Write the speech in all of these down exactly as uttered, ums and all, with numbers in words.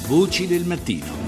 Voci del mattino.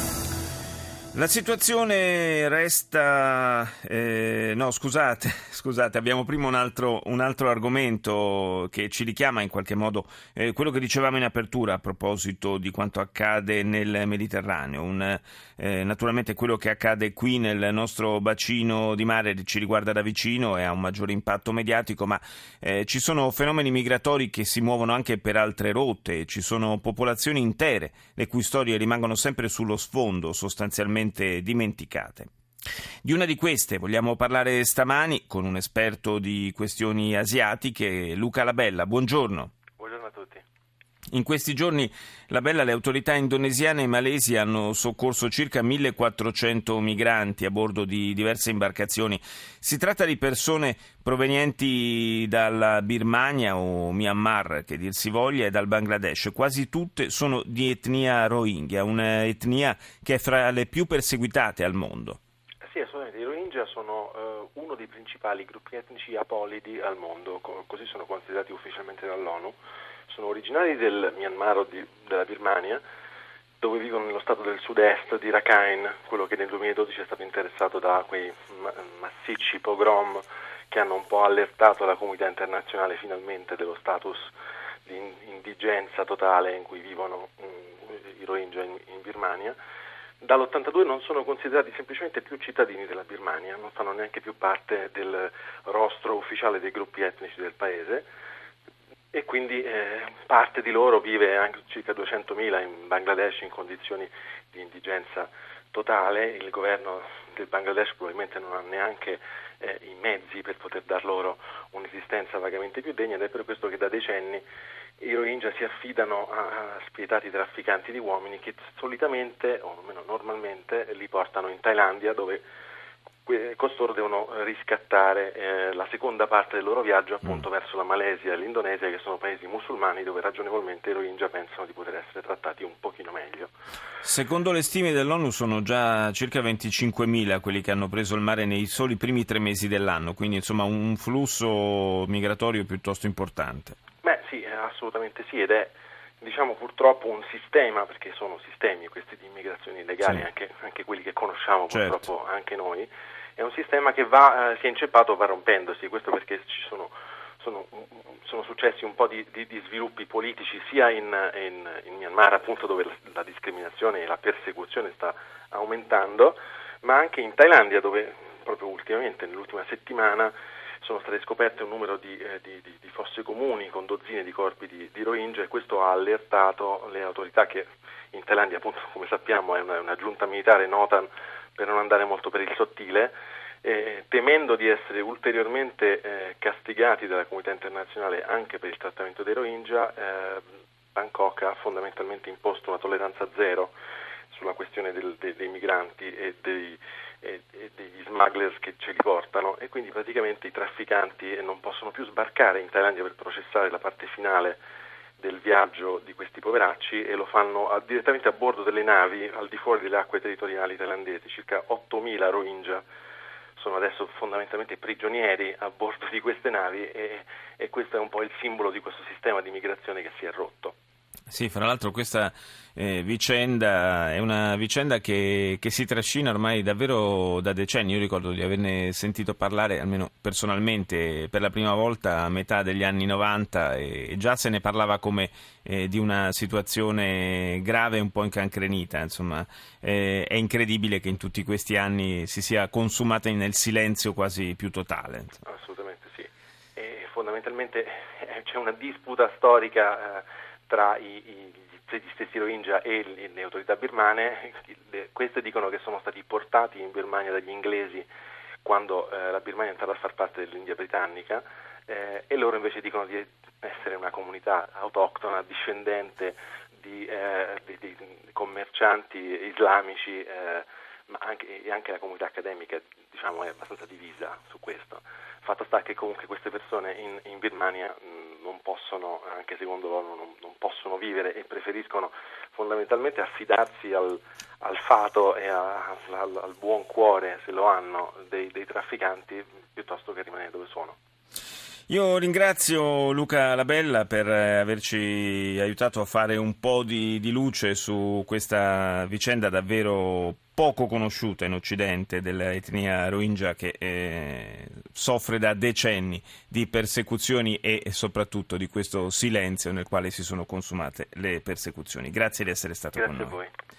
La situazione resta... Eh, no, scusate, scusate, abbiamo prima un altro, un altro argomento che ci richiama in qualche modo eh, quello che dicevamo in apertura a proposito di quanto accade nel Mediterraneo. Un, eh, naturalmente quello che accade qui nel nostro bacino di mare ci riguarda da vicino e ha un maggiore impatto mediatico, ma eh, ci sono fenomeni migratori che si muovono anche per altre rotte, ci sono popolazioni intere le cui storie rimangono sempre sullo sfondo, sostanzialmente dimenticate. Di una di queste vogliamo parlare stamani con un esperto di questioni asiatiche, Luca Labella. Buongiorno. Buongiorno a tutti. In questi giorni, Labella, le autorità indonesiane e malesi hanno soccorso circa millequattrocento migranti a bordo di diverse imbarcazioni. Si tratta di persone provenienti dalla Birmania o Myanmar, che dir si voglia, e dal Bangladesh. Quasi tutte sono di etnia Rohingya, un'etnia che è fra le più perseguitate al mondo. Sì, assolutamente. I Rohingya sono eh, uno dei principali gruppi etnici apolidi al mondo, co- così sono considerati ufficialmente dall'ONU. Sono originari del Myanmar o di, della Birmania, dove vivono nello stato del sud-est di Rakhine, quello che nel duemiladodici è stato interessato da quei ma- massicci pogrom che hanno un po' allertato la comunità internazionale finalmente dello status di indigenza totale in cui vivono mh, i Rohingya in, in Birmania. Dall'ottantadue non sono considerati semplicemente più cittadini della Birmania, non fanno neanche più parte del rostro ufficiale dei gruppi etnici del paese. E quindi eh, parte di loro vive, anche circa duecentomila, in Bangladesh in condizioni di indigenza totale. Il governo del Bangladesh probabilmente non ha neanche eh, i mezzi per poter dar loro un'esistenza vagamente più degna, ed è per questo che da decenni i Rohingya si affidano a spietati trafficanti di uomini che solitamente, o almeno normalmente, li portano in Thailandia, dove costoro devono riscattare eh, la seconda parte del loro viaggio appunto mm. verso la Malesia e l'Indonesia, che sono paesi musulmani dove ragionevolmente i Rohingya pensano di poter essere trattati un pochino meglio. Secondo le stime dell'ONU sono già circa venticinquemila quelli che hanno preso il mare nei soli primi tre mesi dell'anno, quindi insomma un flusso migratorio piuttosto importante. Beh sì, assolutamente sì, ed è diciamo purtroppo un sistema, perché sono sistemi questi di immigrazione illegale, sì. anche, anche quelli che conosciamo certo. purtroppo anche noi, è un sistema che va, eh, si è inceppato, va rompendosi, questo perché ci sono, sono, sono successi un po' di, di, di sviluppi politici sia in, in, in Myanmar, appunto, dove la, la discriminazione e la persecuzione sta aumentando, ma anche in Thailandia, dove proprio ultimamente, nell'ultima settimana, sono state scoperte un numero di, eh, di, di, di fosse comuni con dozzine di corpi di, di Rohingya, e questo ha allertato le autorità, che in Thailandia, appunto, come sappiamo, è una, una giunta militare nota per non andare molto per il sottile, eh, temendo di essere ulteriormente eh, castigati dalla comunità internazionale anche per il trattamento dei Rohingya. eh, Bangkok ha fondamentalmente imposto una tolleranza zero sulla questione del, de, dei migranti e dei e degli smugglers che ce li portano, e quindi praticamente i trafficanti non possono più sbarcare in Thailandia per processare la parte finale del viaggio di questi poveracci, e lo fanno a, direttamente a bordo delle navi al di fuori delle acque territoriali thailandesi. Circa ottomila Rohingya sono adesso fondamentalmente prigionieri a bordo di queste navi, e, e questo è un po' il simbolo di questo sistema di migrazione che si è rotto. Sì, fra l'altro questa eh, vicenda è una vicenda che, che si trascina ormai davvero da decenni. Io ricordo di averne sentito parlare, almeno personalmente, per la prima volta a metà degli anni novanta, e, e già se ne parlava come eh, di una situazione grave, un po' incancrenita. Insomma, eh, è incredibile che in tutti questi anni si sia consumata nel silenzio quasi più totale. Assolutamente sì. E fondamentalmente eh, c'è una disputa storica eh, tra i, i, gli stessi Rohingya e le, le autorità birmane. Le, queste dicono che sono stati portati in Birmania dagli inglesi quando eh, la Birmania è entrata a far parte dell'India britannica, eh, e loro invece dicono di essere una comunità autoctona discendente di, eh, di, di commercianti islamici, eh, ma anche, e anche la comunità accademica, diciamo, è abbastanza divisa su questo. Fatto sta che comunque queste persone in, in Birmania mh, non possono, anche secondo loro, non, non possono vivere, e preferiscono fondamentalmente affidarsi al, al fato e a, al, al buon cuore, se lo hanno, dei, dei trafficanti, piuttosto che rimanere dove sono. Io ringrazio Luca Labella per averci aiutato a fare un po' di, di luce su questa vicenda davvero poco conosciuta in Occidente dell'etnia Rohingya che eh, soffre da decenni di persecuzioni e soprattutto di questo silenzio nel quale si sono consumate le persecuzioni. Grazie di essere stato Grazie con noi. a voi.